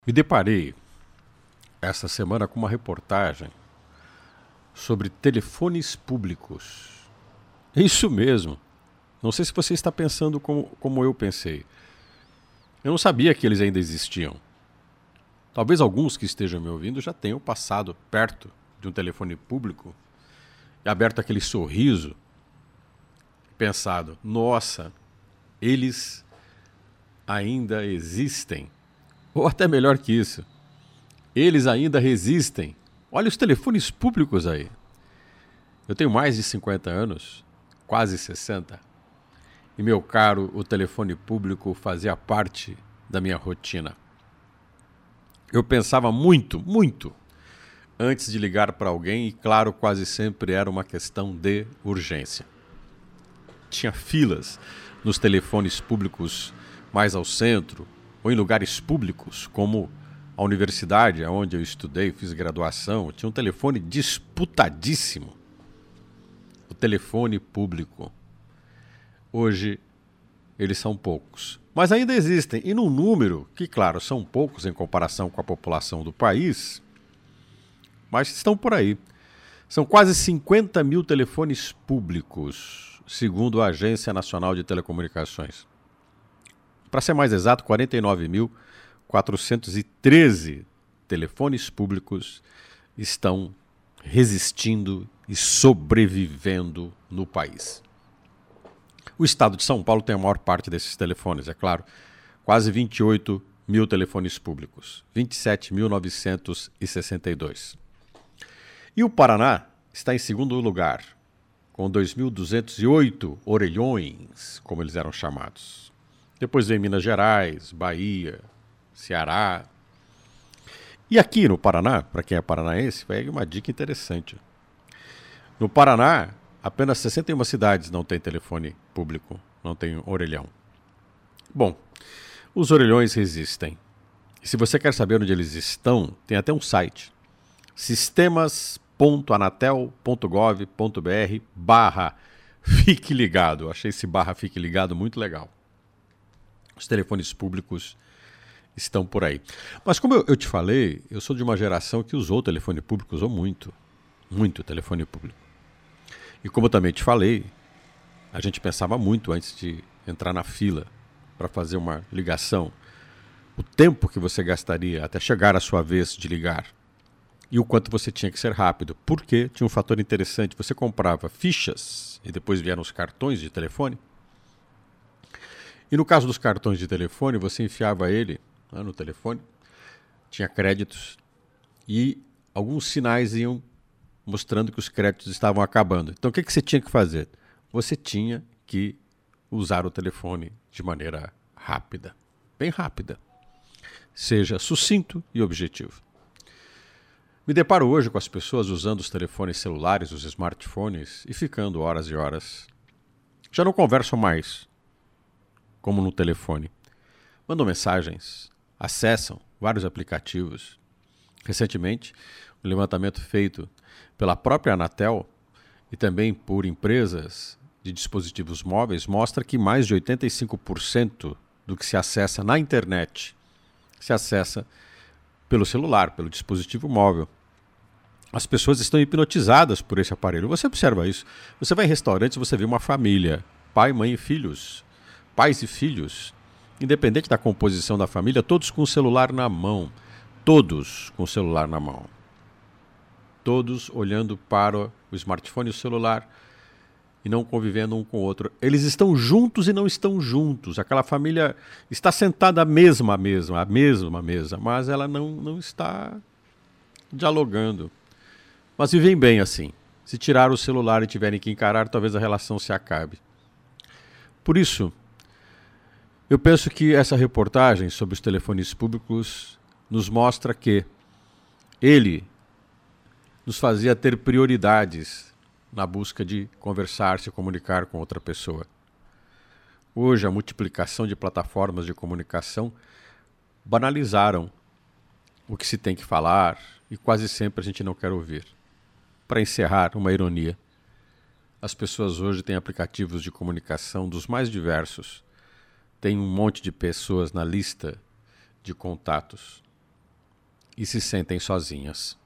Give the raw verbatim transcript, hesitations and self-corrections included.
Me deparei essa semana com uma reportagem sobre telefones públicos. É isso mesmo. Não sei se você está pensando como, como eu pensei. Eu não sabia que eles ainda existiam. Talvez alguns que estejam me ouvindo já tenham passado perto de um telefone público e aberto aquele sorriso e pensado: nossa, eles ainda existem. Ou até melhor que isso, eles ainda resistem. Olha os telefones públicos aí. Eu tenho mais de cinquenta anos, quase sessenta, e, meu caro, o telefone público fazia parte da minha rotina. Eu pensava muito, muito, antes de ligar para alguém e, claro, quase sempre era uma questão de urgência. Tinha filas nos telefones públicos mais ao centro, ou em lugares públicos, como a universidade, onde eu estudei, fiz graduação, tinha um telefone disputadíssimo. O telefone público. Hoje, eles são poucos. Mas ainda existem, e num número que, claro, são poucos em comparação com a população do país, mas estão por aí. São quase cinquenta mil telefones públicos, segundo a Agência Nacional de Telecomunicações. Para ser mais exato, quarenta e nove mil quatrocentos e treze telefones públicos estão resistindo e sobrevivendo no país. O estado de São Paulo tem a maior parte desses telefones, é claro. Quase vinte e oito mil telefones públicos, vinte e sete mil novecentos e sessenta e dois. E o Paraná está em segundo lugar, com dois mil duzentos e oito orelhões, como eles eram chamados. Depois vem Minas Gerais, Bahia, Ceará. E aqui no Paraná, para quem é paranaense, vai uma dica interessante. No Paraná, apenas sessenta e uma cidades não têm telefone público, não tem orelhão. Bom, os orelhões resistem. E se você quer saber onde eles estão, tem até um site. sistemas ponto anatel ponto gov ponto br barra fique ligado. Achei esse barra fique ligado muito legal. Os telefones públicos estão por aí. Mas como eu, eu te falei, eu sou de uma geração que usou telefone público, usou muito, muito telefone público. E como eu também te falei, a gente pensava muito antes de entrar na fila para fazer uma ligação. O tempo que você gastaria até chegar a sua vez de ligar. E o quanto você tinha que ser rápido. Porque tinha um fator interessante. Você comprava fichas e depois vieram os cartões de telefone. E no caso dos cartões de telefone, você enfiava ele né, no telefone, tinha créditos e alguns sinais iam mostrando que os créditos estavam acabando. Então o que, que você tinha que fazer? Você tinha que usar o telefone de maneira rápida, bem rápida. Seja sucinto e objetivo. Me deparo hoje com as pessoas usando os telefones celulares, os smartphones, e ficando horas e horas. Já não conversam mais como no telefone. Mandam mensagens, acessam vários aplicativos. Recentemente, um levantamento feito pela própria Anatel e também por empresas de dispositivos móveis mostra que mais de oitenta e cinco por cento do que se acessa na internet se acessa pelo celular, pelo dispositivo móvel. As pessoas estão hipnotizadas por esse aparelho. Você observa isso. Você vai em restaurantes e você vê uma família, pai, mãe e filhos. Pais e filhos, independente da composição da família, todos com o celular na mão. Todos com o celular na mão. Todos olhando para o smartphone e o celular e não convivendo um com o outro. Eles estão juntos e não estão juntos. Aquela família está sentada à mesma mesa, à mesma mesa, mas ela não, não está dialogando. Mas vivem bem assim. Se tirar o celular e tiverem que encarar, talvez a relação se acabe. Por isso, eu penso que essa reportagem sobre os telefones públicos nos mostra que ele nos fazia ter prioridades na busca de conversar, se comunicar com outra pessoa. Hoje, a multiplicação de plataformas de comunicação banalizaram o que se tem que falar e quase sempre a gente não quer ouvir. Para encerrar, uma ironia. As pessoas hoje têm aplicativos de comunicação dos mais diversos. Tem um monte de pessoas na lista de contatos. e se sentem sozinhas.